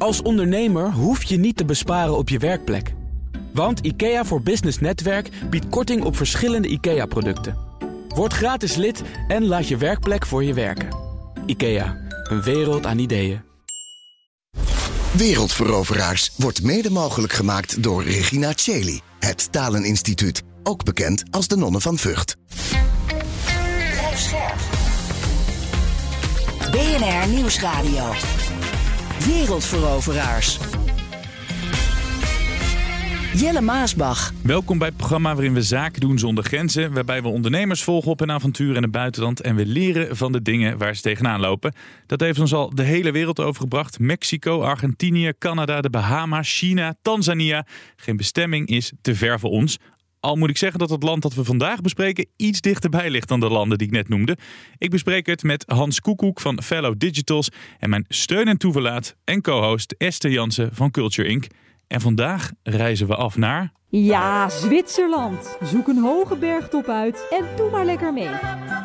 Als ondernemer hoef je niet te besparen op je werkplek. Want IKEA voor Business Netwerk biedt korting op verschillende IKEA-producten. Word gratis lid en laat je werkplek voor je werken. IKEA, een wereld aan ideeën. Wereldveroveraars wordt mede mogelijk gemaakt door Regina Cheli, het Taleninstituut, ook bekend als de Nonnen van Vught. Blijf scherp. BNR Nieuwsradio. Wereldveroveraars. Jelle Maasbach. Welkom bij het programma waarin we zaken doen zonder grenzen. Waarbij we ondernemers volgen op hun avonturen in het buitenland. En we leren van de dingen waar ze tegenaan lopen. Dat heeft ons al de hele wereld overgebracht. Mexico, Argentinië, Canada, de Bahama's, China, Tanzania. Geen bestemming is te ver voor ons. Al moet ik zeggen dat het land dat we vandaag bespreken iets dichterbij ligt dan de landen die ik net noemde. Ik bespreek het met Hans Koekoek van Fellow Digitals en mijn steun en toeverlaat en co-host Esther Jansen van Culture Inc. En vandaag reizen we af naar... Ja, Zwitserland. Zoek een hoge bergtop uit en doe maar lekker mee.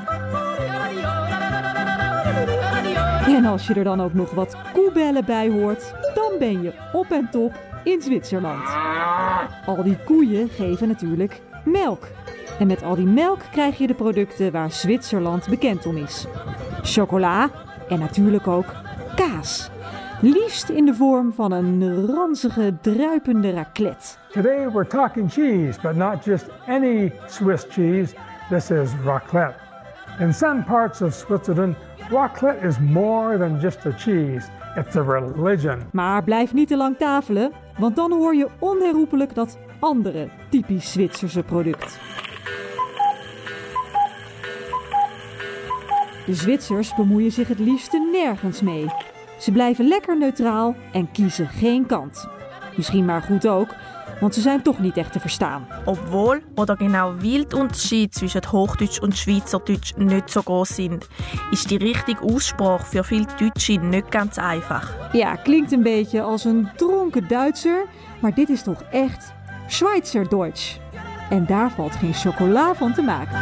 En als je er dan ook nog wat koebellen bij hoort, dan ben je op en top in Zwitserland. Al die koeien geven natuurlijk melk. En met al die melk krijg je de producten waar Zwitserland bekend om is. Chocola en natuurlijk ook kaas. Liefst in de vorm van een ranzige, druipende raclette. Today we're talking cheese, but not just any Swiss cheese. This is raclette. In some parts of Switzerland, raclette is more than just a cheese. It's a religion. Maar blijf niet te lang tafelen, want dan hoor je onherroepelijk dat andere typisch Zwitserse product. De Zwitsers bemoeien zich het liefste nergens mee. Ze blijven lekker neutraal en kiezen geen kant. Misschien maar goed ook, want ze zijn toch niet echt te verstaan. Obwohl oder genau weil die Unterschiede zwischen Hochdeutsch und Schweizerdeutsch nicht so groß sind, ist die richtige Aussprache für viele Deutsche nicht ganz einfach. Ja, klinkt een beetje als een dronken Duitser, maar dit is toch echt Schweizerdeutsch. En daar valt geen chocola van te maken.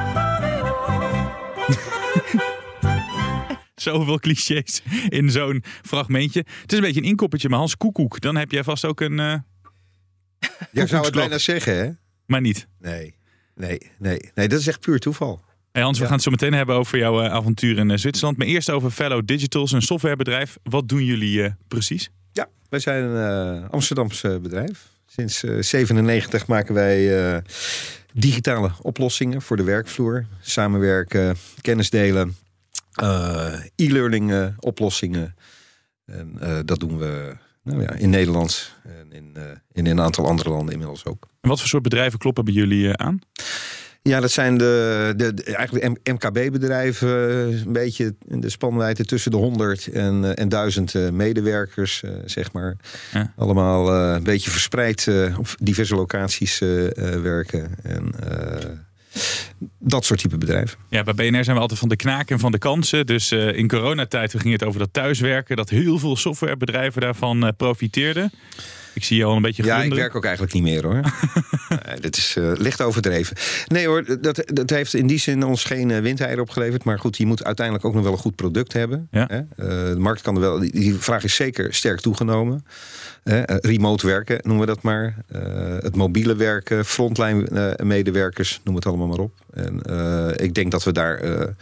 Zoveel clichés in zo'n fragmentje. Het is een beetje een inkoppertje, maar Hans Koekoek, dan heb jij vast ook een... Je zou het bijna zeggen, hè? Maar niet. Nee, dat is echt puur toeval. Hey Hans, we gaan het zo meteen hebben over jouw avontuur in Zwitserland. Maar eerst over Fellow Digitals, een softwarebedrijf. Wat doen jullie precies? Ja, wij zijn een Amsterdamse bedrijf. Sinds 1997 maken wij digitale oplossingen voor de werkvloer. Samenwerken, kennis delen, e-learning oplossingen. En dat doen we in Nederland en in een aantal andere landen inmiddels ook. En wat voor soort bedrijven kloppen bij jullie aan? Ja, dat zijn eigenlijk MKB-bedrijven, een beetje in de spanwijdte tussen de 100 en 1000 medewerkers, zeg maar. Ja. Allemaal een beetje verspreid op diverse locaties werken en dat soort type bedrijven. Ja, bij BNR zijn we altijd van de knaken en van de kansen. Dus in coronatijd ging het over dat thuiswerken, dat heel veel softwarebedrijven daarvan profiteerden. Ik zie je al een beetje glunderen. Ja, ik werk ook eigenlijk niet meer, hoor. Nee, dit is licht overdreven. Nee hoor, dat heeft in die zin ons geen windeieren opgeleverd. Maar goed, je moet uiteindelijk ook nog wel een goed product hebben. Ja. De markt kan er wel. Die vraag is zeker sterk toegenomen. Remote werken noemen we dat maar. Het mobiele werken, frontline medewerkers, noem het allemaal maar op. En ik denk dat we daar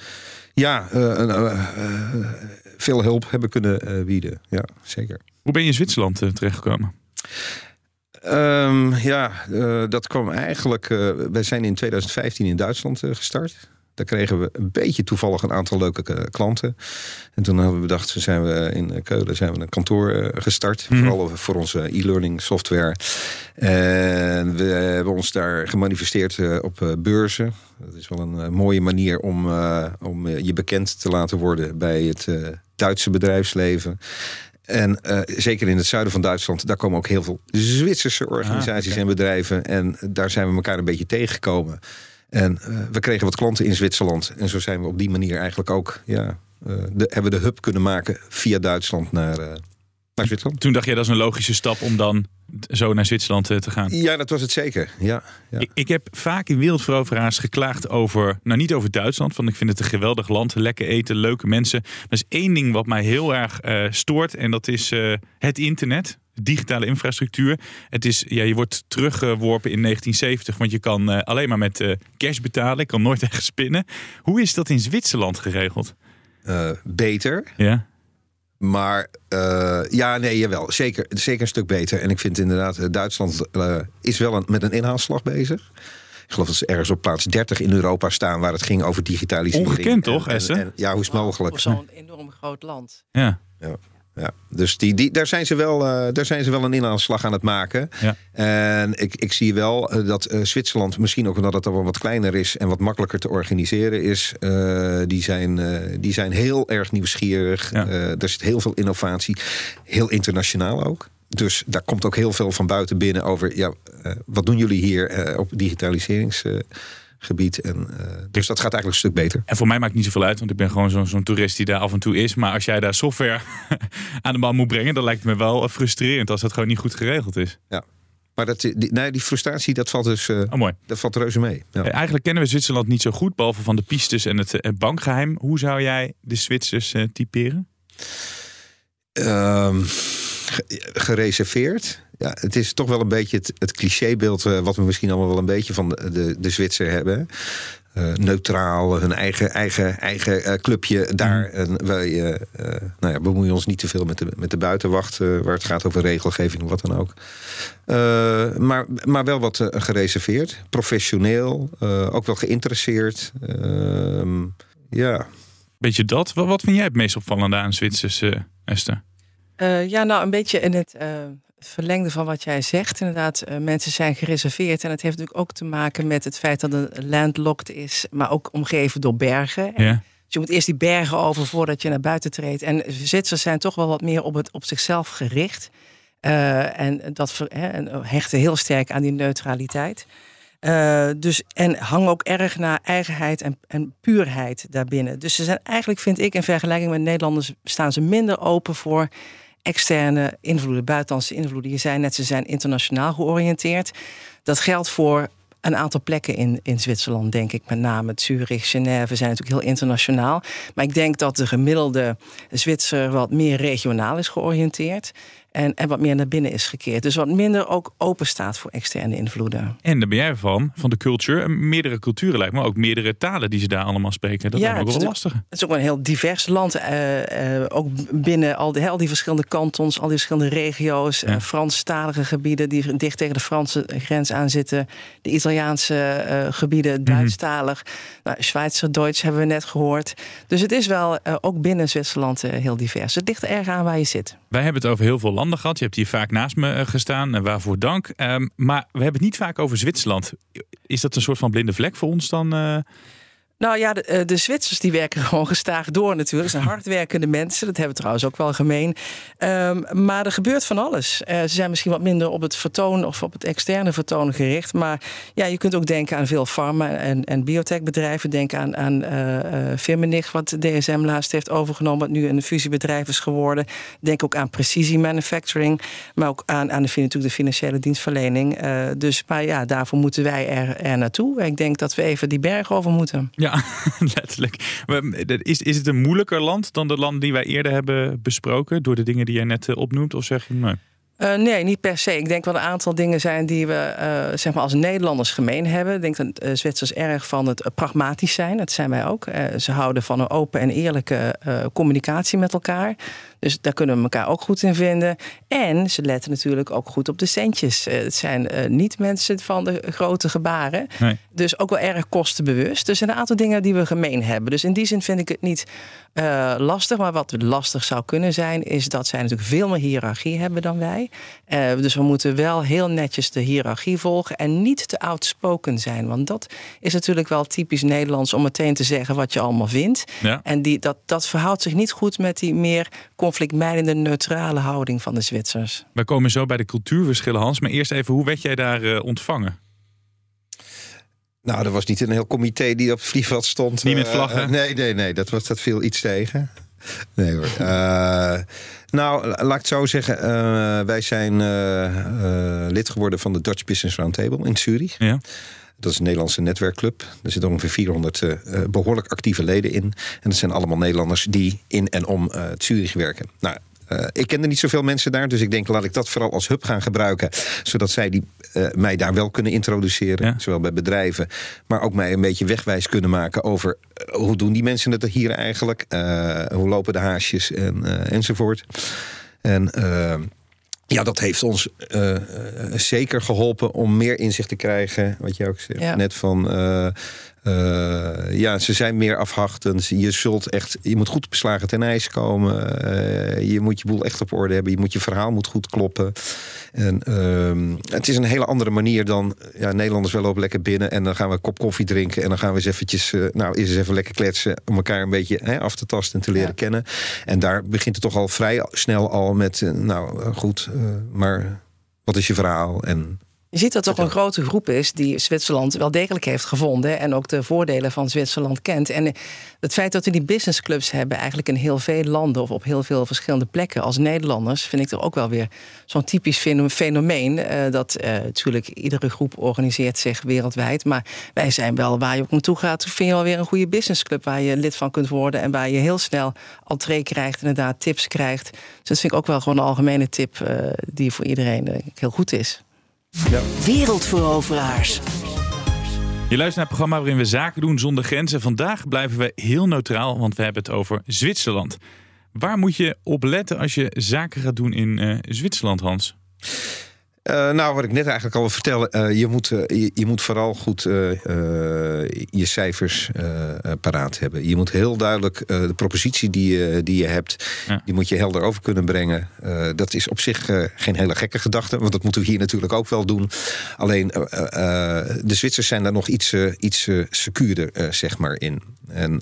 veel hulp hebben kunnen bieden. Ja, zeker. Hoe ben je in Zwitserland terechtgekomen? Dat kwam eigenlijk... wij zijn in 2015 in Duitsland gestart. Daar kregen we een beetje toevallig een aantal leuke klanten. En toen hebben we bedacht, zijn we in Keulen een kantoor gestart. Vooral voor onze e-learning software. En we hebben ons daar gemanifesteerd op beurzen. Dat is wel een mooie manier om je bekend te laten worden bij het Duitse bedrijfsleven. En zeker in het zuiden van Duitsland, daar komen ook heel veel Zwitserse organisaties en bedrijven. En daar zijn we elkaar een beetje tegengekomen. En we kregen wat klanten in Zwitserland. En zo zijn we op die manier eigenlijk ook, hebben we de hub kunnen maken via Duitsland naar Zwitserland. Toen dacht je, dat is een logische stap om dan zo naar Zwitserland te gaan. Ja, dat was het zeker. Ja. Ik heb vaak in Wereldveroveraars geklaagd over, nou niet over Duitsland, want ik vind het een geweldig land, lekker eten, leuke mensen. Maar er is één ding wat mij heel erg stoort en dat is het internet. Digitale infrastructuur. Het is, je wordt teruggeworpen in 1970, want je kan alleen maar met cash betalen. Ik kan nooit ergens pinnen. Hoe is dat in Zwitserland geregeld? Beter. Ja. Maar jawel. Zeker een stuk beter. En ik vind inderdaad, Duitsland is wel met een inhaalslag bezig. Ik geloof dat ze ergens op plaats 30 in Europa staan waar het ging over digitalisering. Ongekend toch, Essen? Ja, hoe is het mogelijk? Voor zo'n enorm groot land. Ja. Ja, dus daar zijn ze wel een inhaalslag aan het maken. Ja. En ik zie wel dat Zwitserland, misschien ook omdat het al wat kleiner is en wat makkelijker te organiseren is, die zijn heel erg nieuwsgierig. Ja. Er zit heel veel innovatie, heel internationaal ook. Dus daar komt ook heel veel van buiten binnen over, wat doen jullie hier op digitaliseringsgebied? En, dus dat gaat eigenlijk een stuk beter. En voor mij maakt het niet zoveel uit, want ik ben gewoon zo'n toerist die daar af en toe is. Maar als jij daar software aan de man moet brengen, dan lijkt het me wel frustrerend als dat gewoon niet goed geregeld is. Ja. Maar die frustratie, dat valt dus mooi. Dat valt reuze mee. Ja. Eigenlijk kennen we Zwitserland niet zo goed, behalve van de pistes en het bankgeheim. Hoe zou jij de Zwitsers typeren? Gereserveerd. Ja, het is toch wel een beetje het clichébeeld wat we misschien allemaal wel een beetje van de Zwitser hebben. Neutraal, hun eigen clubje daar. En wij bemoeien ons niet te veel met de buitenwacht, waar het gaat over regelgeving of wat dan ook. Maar wel wat gereserveerd, professioneel, ook wel geïnteresseerd. Beetje dat. Wat vind jij het meest opvallende aan Zwitsers, Esther? Een beetje in het verlengde van wat jij zegt. Inderdaad, mensen zijn gereserveerd. En het heeft natuurlijk ook te maken met het feit dat het landlocked is, maar ook omgeven door bergen. Ja. Dus je moet eerst die bergen over voordat je naar buiten treedt. En Zwitsers zijn toch wel wat meer op zichzelf gericht. En dat hechten heel sterk aan die neutraliteit. En hangen ook erg naar eigenheid en puurheid daarbinnen. Dus ze zijn eigenlijk, vind ik, in vergelijking met Nederlanders, staan ze minder open voor externe invloeden, buitenlandse invloeden. Je zei net, ze zijn internationaal georiënteerd. Dat geldt voor een aantal plekken in Zwitserland, denk ik. Met name Zurich, Genève zijn natuurlijk heel internationaal. Maar ik denk dat de gemiddelde Zwitser wat meer regionaal is georiënteerd. En wat meer naar binnen is gekeerd. Dus wat minder ook open staat voor externe invloeden. En daar ben jij van de culture. Meerdere culturen lijkt me, ook meerdere talen die ze daar allemaal spreken. Dat lijkt me ook wel lastig. Het is ook wel een heel divers land. Ook binnen al die verschillende kantons, al die verschillende regio's. Ja. Franstalige gebieden die dicht tegen de Franse grens aan zitten. De Italiaanse gebieden, Duitsstalig. Schweizer Duits hebben we net gehoord. Dus het is wel ook binnen Zwitserland heel divers. Het ligt er erg aan waar je zit. Wij hebben het over heel veel landen gehad. Je hebt hier vaak naast me gestaan. Waarvoor dank. Maar we hebben het niet vaak over Zwitserland. Is dat een soort van blinde vlek voor ons dan? Nou ja, de Zwitsers die werken gewoon gestaag door natuurlijk. Ze zijn hardwerkende mensen. Dat hebben we trouwens ook wel gemeen. Maar er gebeurt van alles. Ze zijn misschien wat minder op het vertoon of op het externe vertoon gericht. Maar ja, je kunt ook denken aan veel pharma- en biotechbedrijven. Denk aan Firmenich, wat DSM laatst heeft overgenomen. Wat nu een fusiebedrijf is geworden. Denk ook aan precisie manufacturing. Maar ook aan natuurlijk de financiële dienstverlening. Maar ja, daarvoor moeten wij er naartoe. Ik denk dat we even die berg over moeten. Ja, letterlijk. Is het een moeilijker land dan de landen die wij eerder hebben besproken? Door de dingen die jij net opnoemt? Of zeg je nee? Nee, niet per se. Ik denk wel een aantal dingen zijn die we als Nederlanders gemeen hebben. Ik denk dat Zwitsers erg van het pragmatisch zijn. Dat zijn wij ook. Ze houden van een open en eerlijke communicatie met elkaar. Dus daar kunnen we elkaar ook goed in vinden. En ze letten natuurlijk ook goed op de centjes. Het zijn niet mensen van de grote gebaren. Nee. Dus ook wel erg kostenbewust. Dus er zijn een aantal dingen die we gemeen hebben. Dus in die zin vind ik het niet lastig. Maar wat lastig zou kunnen zijn, is dat zij natuurlijk veel meer hiërarchie hebben dan wij. Dus we moeten wel heel netjes de hiërarchie volgen en niet te outspoken zijn. Want dat is natuurlijk wel typisch Nederlands om meteen te zeggen wat je allemaal vindt. Ja. En dat verhoudt zich niet goed met die meer conflictmijdende, neutrale houding van de Zwitsers. We komen zo bij de cultuurverschillen, Hans. Maar eerst even, hoe werd jij daar ontvangen? Nou, er was niet een heel comité die op het vliegveld stond. Niet met vlaggen? Nee, dat viel iets tegen. Nee hoor. Nou, laat ik het zo zeggen. Wij zijn lid geworden van de Dutch Business Roundtable in Zurich. Ja. Dat is een Nederlandse netwerkclub. Er zitten ongeveer 400 behoorlijk actieve leden in. En dat zijn allemaal Nederlanders die in en om Zurich werken. Nou, ik kende niet zoveel mensen daar. Dus ik denk, laat ik dat vooral als hub gaan gebruiken. Zodat zij mij daar wel kunnen introduceren. Ja. Zowel bij bedrijven. Maar ook mij een beetje wegwijs kunnen maken over hoe doen die mensen het hier eigenlijk. Hoe lopen de haasjes enzovoort. En ja, dat heeft ons zeker geholpen om meer inzicht te krijgen. Wat je ook zegt, net van ze zijn meer afhachtend. Je moet goed beslagen ten ijs komen. Je moet je boel echt op orde hebben. Je verhaal moet goed kloppen. En het is een hele andere manier dan Nederlanders wel lopen lekker binnen en dan gaan we een kop koffie drinken en dan gaan we eens eventjes eens even lekker kletsen om elkaar een beetje af te tasten en te leren kennen. En daar begint het toch al vrij snel al met maar wat is je verhaal? En je ziet dat er toch een grote groep is die Zwitserland wel degelijk heeft gevonden en ook de voordelen van Zwitserland kent. En het feit dat we die businessclubs hebben eigenlijk in heel veel landen of op heel veel verschillende plekken als Nederlanders, vind ik er ook wel weer zo'n typisch fenomeen. Dat natuurlijk iedere groep organiseert zich wereldwijd, maar wij zijn wel, waar je ook naartoe gaat, vind je wel weer een goede businessclub waar je lid van kunt worden en waar je heel snel entree krijgt, inderdaad tips krijgt. Dus dat vind ik ook wel gewoon een algemene tip die voor iedereen heel goed is. Ja. Wereldveroveraars. Je luistert naar het programma waarin we zaken doen zonder grenzen. Vandaag blijven we heel neutraal, want we hebben het over Zwitserland. Waar moet je op letten als je zaken gaat doen in Zwitserland, Hans? Wat ik net eigenlijk al vertelde, je moet vooral goed je cijfers paraat hebben. Je moet heel duidelijk de propositie die je hebt, die moet je helder over kunnen brengen. Dat is op zich geen hele gekke gedachte, want dat moeten we hier natuurlijk ook wel doen. Alleen de Zwitsers zijn daar nog iets secuurder zeg maar in. En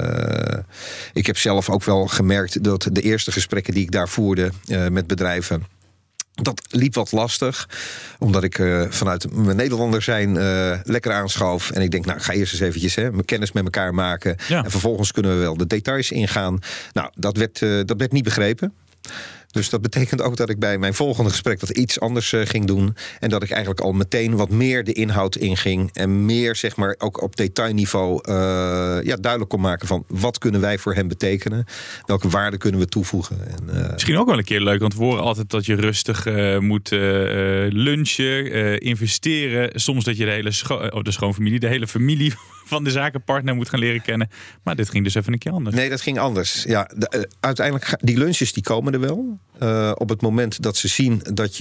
ik heb zelf ook wel gemerkt dat de eerste gesprekken die ik daar voerde met bedrijven, dat liep wat lastig, omdat ik vanuit mijn Nederlander zijn lekker aanschoof. En ik denk, ik ga eerst eens eventjes mijn kennis met elkaar maken. Ja. En vervolgens kunnen we wel de details ingaan. Nou, dat werd niet begrepen. Dus dat betekent ook dat ik bij mijn volgende gesprek dat iets anders ging doen. En dat ik eigenlijk al meteen wat meer de inhoud inging. En meer zeg maar ook op detailniveau duidelijk kon maken van wat kunnen wij voor hem betekenen. Welke waarden kunnen we toevoegen. En, misschien ook wel een keer leuk, want we horen altijd dat je rustig moet lunchen, investeren. Soms dat je de schoonfamilie, de hele familie van de zakenpartner moet gaan leren kennen. Maar dit ging dus even een keer anders. Nee, dat ging anders. Ja, uiteindelijk, die lunches die komen er wel. Op het moment dat ze zien dat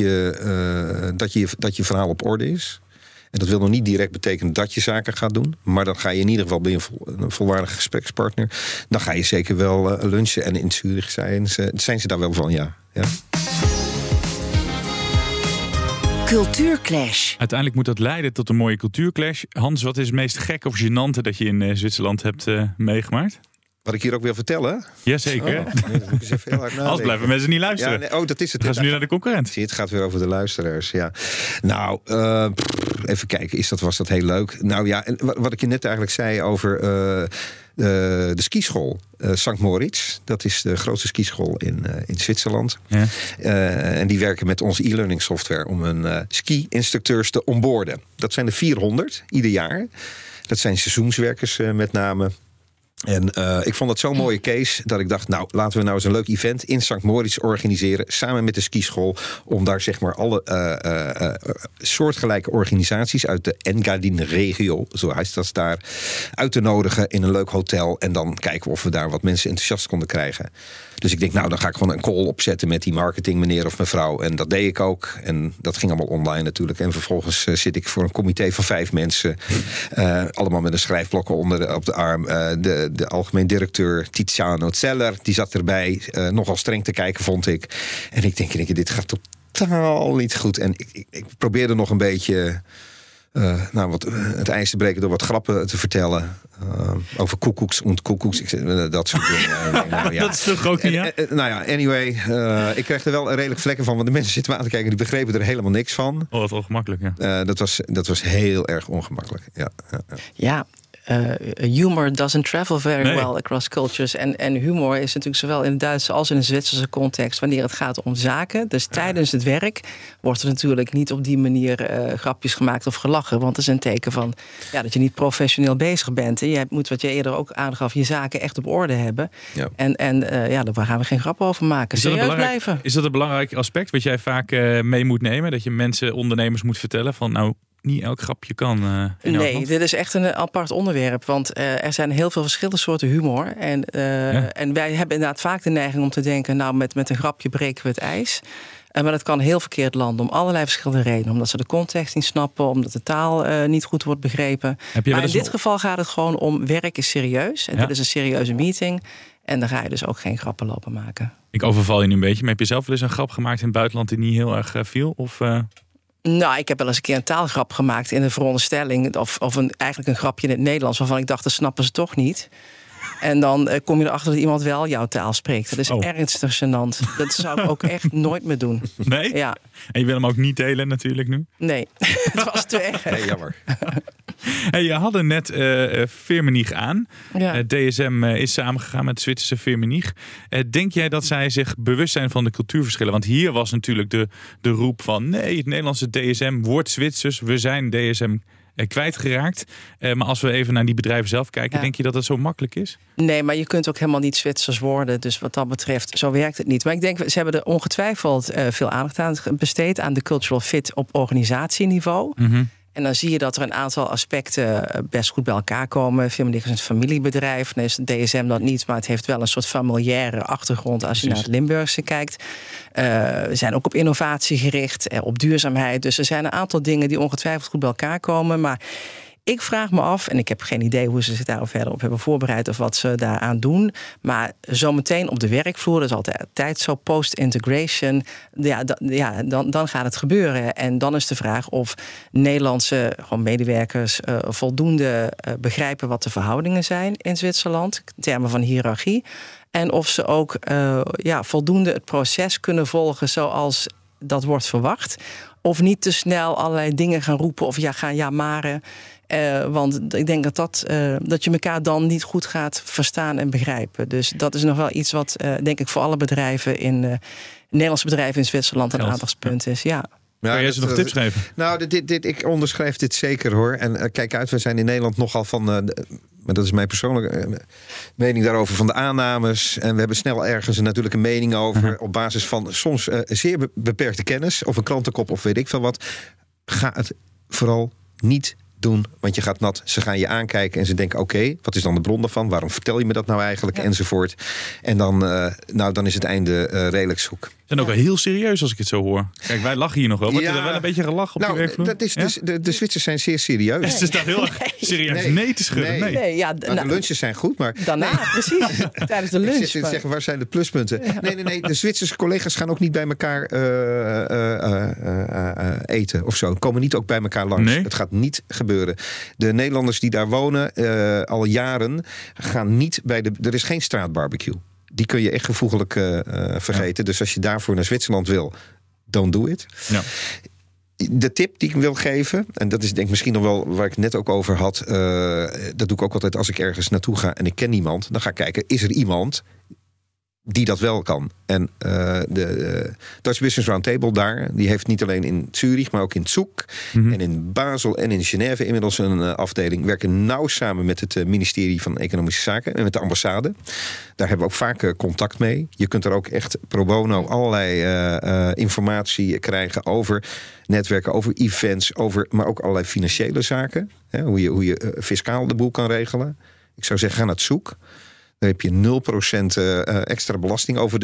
je verhaal op orde is. En dat wil nog niet direct betekenen dat je zaken gaat doen. Maar dan ga je in ieder geval bij een volwaardige gesprekspartner. Dan ga je zeker wel lunchen. En in Zurich zijn ze daar wel van, ja. Cultuurclash. Uiteindelijk moet dat leiden tot een mooie cultuurclash. Hans, wat is het meest gek of gênante dat je in Zwitserland hebt meegemaakt? Wat ik hier ook wil vertellen? Jazeker. Dat moet ik eens even heel hard nadenken. Anders blijven mensen niet luisteren. Ja, dat is het. Gaan ze nu naar de concurrentie? Het gaat weer over de luisteraars, ja. Nou, even kijken, was dat heel leuk? Nou ja, en wat ik je net eigenlijk zei over de skischool St. Moritz. Dat is de grootste skischool in Zwitserland. Ja. En die werken met onze e-learning software om hun ski-instructeurs te onboarden. Dat zijn er 400 ieder jaar. Dat zijn seizoenswerkers met name. En ik vond dat zo'n mooie case dat ik dacht, laten we nou eens een leuk event in St. Moritz organiseren, samen met de skischool, om daar zeg maar alle soortgelijke organisaties uit de Engadin-regio, zo heet dat daar, uit te nodigen in een leuk hotel. En dan kijken we of we daar wat mensen enthousiast konden krijgen. Dus ik denk, dan ga ik gewoon een call opzetten met die marketing meneer of mevrouw. En dat deed ik ook. En dat ging allemaal online natuurlijk. En vervolgens zit ik voor een comité van 5 mensen. Allemaal met een schrijfblok op de arm. De algemeen directeur Tiziano Zeller, die zat erbij. Nogal streng te kijken, vond ik. En ik denk, dit gaat totaal niet goed. En ik probeerde nog een beetje het ijs te breken door wat grappen te vertellen. Over koekoeks en koekoeks. Dat soort dingen. Dat is toch ook niet, anyway. Ik kreeg er wel redelijk vlekken van. Want de mensen zitten me aan te kijken. Die begrepen er helemaal niks van. Oh, wat ongemakkelijk, ja. Dat was heel erg ongemakkelijk. Ja. humor doesn't travel very well across cultures. En humor is natuurlijk zowel in de Duitse als in de Zwitserse context wanneer het gaat om zaken. Dus tijdens het werk wordt er natuurlijk niet op die manier grapjes gemaakt of gelachen. Want dat is een teken van dat je niet professioneel bezig bent. En je moet, wat je eerder ook aangaf, je zaken echt op orde hebben. Ja. En daar gaan we geen grap over maken. Serieus blijven. Is dat een belangrijk aspect wat jij vaak mee moet nemen? Dat je mensen, ondernemers moet vertellen van nou, niet elk grapje kan. Nee, dit is echt een apart onderwerp. Want er zijn heel veel verschillende soorten humor. En wij hebben inderdaad vaak de neiging om te denken, nou, met een grapje breken we het ijs. Maar dat kan heel verkeerd landen om allerlei verschillende redenen. Omdat ze de context niet snappen, omdat de taal niet goed wordt begrepen. Maar in dit geval gaat het gewoon om werk is serieus. En dit is een serieuze meeting. En dan ga je dus ook geen grappen lopen maken. Ik overval je nu een beetje. Maar heb je zelf wel eens een grap gemaakt in het buitenland die niet heel erg viel? Of... Nou, ik heb wel eens een keer een taalgrap gemaakt in de veronderstelling. Of eigenlijk een grapje in het Nederlands waarvan ik dacht, dat snappen ze toch niet. En dan kom je erachter dat iemand wel jouw taal spreekt. Dat is ernstig gênant. Dat zou ik ook echt nooit meer doen. Nee? Ja. En je wil hem ook niet delen natuurlijk nu? Nee, het was te erg. Nee, jammer. Hey, je hadden net Firmenich aan. Ja. DSM is samengegaan met de Zwitserse Firmenich. Denk jij dat zij zich bewust zijn van de cultuurverschillen? Want hier was natuurlijk de roep van nee, het Nederlandse DSM wordt Zwitsers. We zijn DSM kwijtgeraakt. Maar als we even naar die bedrijven zelf kijken, denk je dat het zo makkelijk is? Nee, maar je kunt ook helemaal niet Zwitsers worden. Dus wat dat betreft, zo werkt het niet. Maar ik denk, ze hebben er ongetwijfeld veel aandacht aan besteed aan de cultural fit op organisatieniveau. Mm-hmm. En dan zie je dat er een aantal aspecten best goed bij elkaar komen. Firmenich is een familiebedrijf. Nee, is het DSM dat niet, maar het heeft wel een soort familiaire achtergrond als je naar het Limburgse kijkt. We zijn ook op innovatie gericht, op duurzaamheid. Dus er zijn een aantal dingen die ongetwijfeld goed bij elkaar komen. Maar ik vraag me af, en ik heb geen idee hoe ze zich daar verder op hebben voorbereid of wat ze daaraan doen. Maar zometeen op de werkvloer, dat is altijd zo, post-integration, dan gaat het gebeuren. En dan is de vraag of Nederlandse medewerkers voldoende begrijpen wat de verhoudingen zijn in Zwitserland, in termen van hiërarchie. En of ze ook voldoende het proces kunnen volgen zoals dat wordt verwacht. Of niet te snel allerlei dingen gaan roepen of gaan jamaren. Want ik denk dat je elkaar dan niet goed gaat verstaan en begrijpen. Dus dat is nog wel iets wat, denk ik, voor alle bedrijven Nederlandse bedrijven in Zwitserland een aandachtspunt is. Ja. Kan jij ze nog tips geven? Nou, ik onderschrijf dit zeker hoor. En kijk uit, we zijn in Nederland nogal van... maar dat is mijn persoonlijke mening daarover, van de aannames. En we hebben snel ergens natuurlijk een mening over op basis van soms zeer beperkte kennis of een krantenkop of weet ik veel wat. Ga het vooral niet doen, want je gaat nat. Ze gaan je aankijken en ze denken, oké, wat is dan de bron daarvan? Waarom vertel je me dat nou eigenlijk? Enzovoort. En dan is het einde redelijk zoek. Ze zijn ook wel heel serieus als ik het zo hoor. Kijk, wij lachen hier nog wel. Wordt er wel een beetje gelach op de werkvloer? Dat is dus, de Zwitsers zijn zeer serieus. Ze staan heel erg serieus nee te schudden. Nee. De lunches zijn goed, maar... Daarna, precies. Tijdens de lunch. Ik zit te zeggen, waar zijn de pluspunten? Ja. Nee. De Zwitserse collega's gaan ook niet bij elkaar eten of zo. Komen niet ook bij elkaar langs. Nee? Het gaat niet gebeuren. De Nederlanders die daar wonen al jaren gaan niet bij er is geen straatbarbecue. Die kun je echt gevoeglijk vergeten. Ja. Dus als je daarvoor naar Zwitserland wil, don't do it. Ja. De tip die ik wil geven, en dat is denk ik misschien nog wel waar ik het net ook over had. Dat doe ik ook altijd als ik ergens naartoe ga en ik ken niemand. Dan ga ik kijken, is er iemand die dat wel kan? En de Dutch Business Roundtable daar, die heeft niet alleen in Zurich, maar ook in Zug en in Basel en in Genève inmiddels een afdeling. Werken nauw samen met het ministerie van Economische Zaken en met de ambassade. Daar hebben we ook vaak contact mee. Je kunt er ook echt pro bono allerlei informatie krijgen over netwerken, over events, maar ook allerlei financiële zaken. Hè, hoe je fiscaal de boel kan regelen. Ik zou zeggen, ga naar Zug. Dan heb je 0% extra belasting over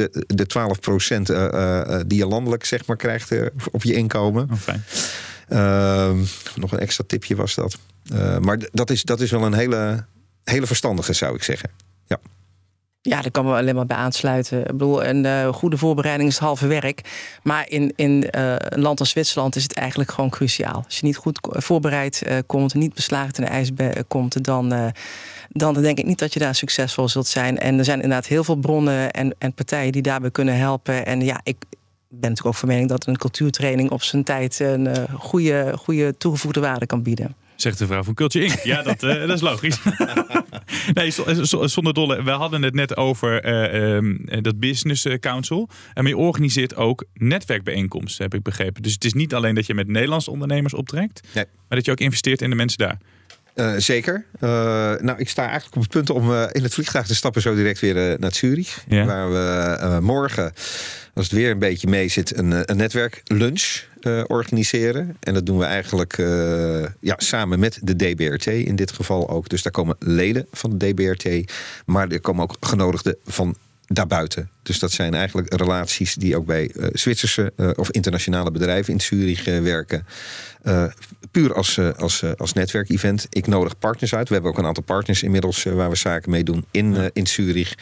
de 12% die je landelijk zeg maar krijgt op je inkomen. Oh, fijn. Nog een extra tipje was dat. Maar dat is wel een hele verstandige, zou ik zeggen. Ja. Ja, daar kan we alleen maar bij aansluiten. Ik bedoel, een goede voorbereiding is het halve werk. Maar in een land als Zwitserland is het eigenlijk gewoon cruciaal. Als je niet goed voorbereid komt, niet beslagen ten ijs komt, dan denk ik niet dat je daar succesvol zult zijn. En er zijn inderdaad heel veel bronnen en partijen die daarbij kunnen helpen. En ja, ik ben natuurlijk ook van mening dat een cultuurtraining op zijn tijd een goede toegevoegde waarde kan bieden. Zegt de vrouw van Culture Inc. Ja, dat is logisch. Nee, zonder dolle. We hadden het net over dat Business Council. En je organiseert ook netwerkbijeenkomsten, heb ik begrepen. Dus het is niet alleen dat je met Nederlandse ondernemers optrekt. Nee. Maar dat je ook investeert in de mensen daar. Zeker. Ik sta eigenlijk op het punt om in het vliegtuig te stappen zo direct weer naar Zurich. Ja. Waar we morgen, als het weer een beetje mee zit, een netwerklunch organiseren. En dat doen we eigenlijk samen met de DBRT in dit geval ook. Dus daar komen leden van de DBRT. Maar er komen ook genodigden van daarbuiten. Dus dat zijn eigenlijk relaties die ook bij Zwitserse of internationale bedrijven in Zurich werken. Puur als netwerkevent. Ik nodig partners uit. We hebben ook een aantal partners inmiddels waar we zaken mee doen in Zurich.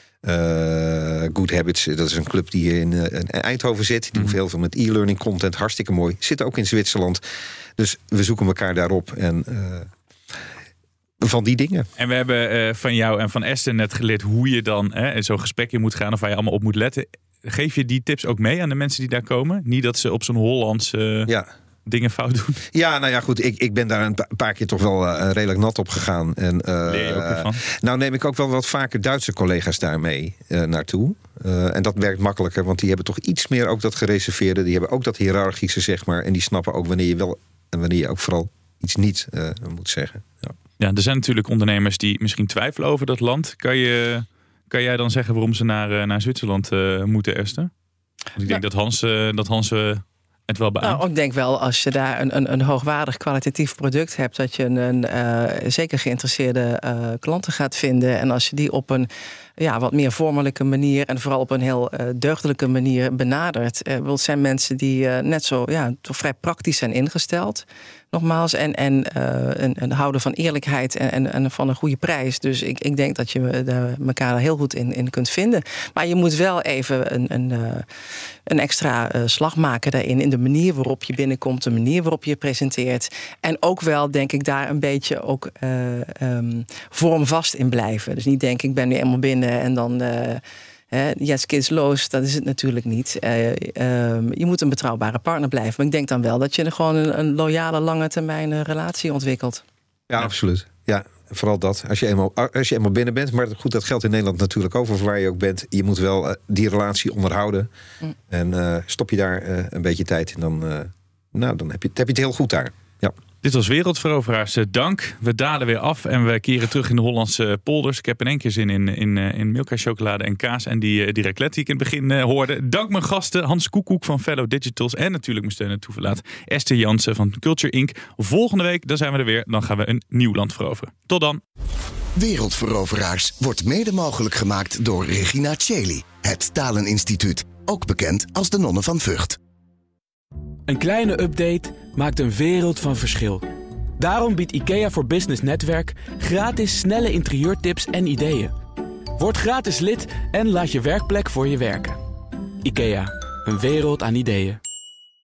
Good Habits, dat is een club die hier in Eindhoven zit. Die doet heel veel met e-learning content. Hartstikke mooi. Zit ook in Zwitserland. Dus we zoeken elkaar daarop. En van die dingen. En we hebben van jou en van Esther net geleerd hoe je dan zo'n gesprek in moet gaan of waar je allemaal op moet letten. Geef je die tips ook mee aan de mensen die daar komen? Niet dat ze op zo'n Hollands dingen fout doen? Ja, nou ja, goed. Ik ben daar een paar keer toch wel redelijk nat op gegaan. En, leer je ook ervan? Nou neem ik ook wel wat vaker Duitse collega's daarmee naartoe. En dat werkt makkelijker, want die hebben toch iets meer ook dat gereserveerde. Die hebben ook dat hiërarchische, zeg maar. En die snappen ook wanneer je wel en wanneer je ook vooral iets niet moet zeggen. Ja. Ja, er zijn natuurlijk ondernemers die misschien twijfelen over dat land. Kan jij dan zeggen waarom ze naar Zwitserland moeten, Esther? Want ik denk dat Hans het wel beaamt. Nou, ik denk wel als je daar een hoogwaardig kwalitatief product hebt, dat je een zeker geïnteresseerde klanten gaat vinden. En als je die op een wat meer vormelijke manier en vooral op een heel deugdelijke manier benadert. Het zijn mensen die net zo toch vrij praktisch zijn ingesteld. Nogmaals, en houden van eerlijkheid en van een goede prijs. Dus ik denk dat je elkaar heel goed in kunt vinden. Maar je moet wel even een extra slag maken daarin. In de manier waarop je binnenkomt, de manier waarop je presenteert. En ook wel, denk ik, daar een beetje ook vormvast in blijven. Dus niet denk ik ben nu eenmaal binnen en dan yes, kids los, dat is het natuurlijk niet. Je moet een betrouwbare partner blijven. Maar ik denk dan wel dat je gewoon een loyale, lange termijn relatie ontwikkelt. Ja, absoluut. Ja, vooral dat. Als je eenmaal binnen bent. Maar goed, dat geldt in Nederland natuurlijk ook. Of waar je ook bent. Je moet wel die relatie onderhouden. En stop je daar een beetje tijd in, dan heb je het heel goed daar. Ja. Dit was Wereldveroveraars. Dank. We dalen weer af en we keren terug in de Hollandse polders. Ik heb in één keer zin in Milka chocolade en kaas. En die raclette die ik in het begin hoorde. Dank mijn gasten Hans Koekoek van Fellow Digitals. En natuurlijk mijn steun en toeverlaat Esther Jansen van Culture Inc. Volgende week, dan zijn we er weer. Dan gaan we een nieuw land veroveren. Tot dan. Wereldveroveraars wordt mede mogelijk gemaakt door Regina Cheli. Het Taleninstituut. Ook bekend als de Nonnen van Vught. Een kleine update maakt een wereld van verschil. Daarom biedt IKEA voor Business Netwerk gratis snelle interieurtips en ideeën. Word gratis lid en laat je werkplek voor je werken. IKEA, een wereld aan ideeën.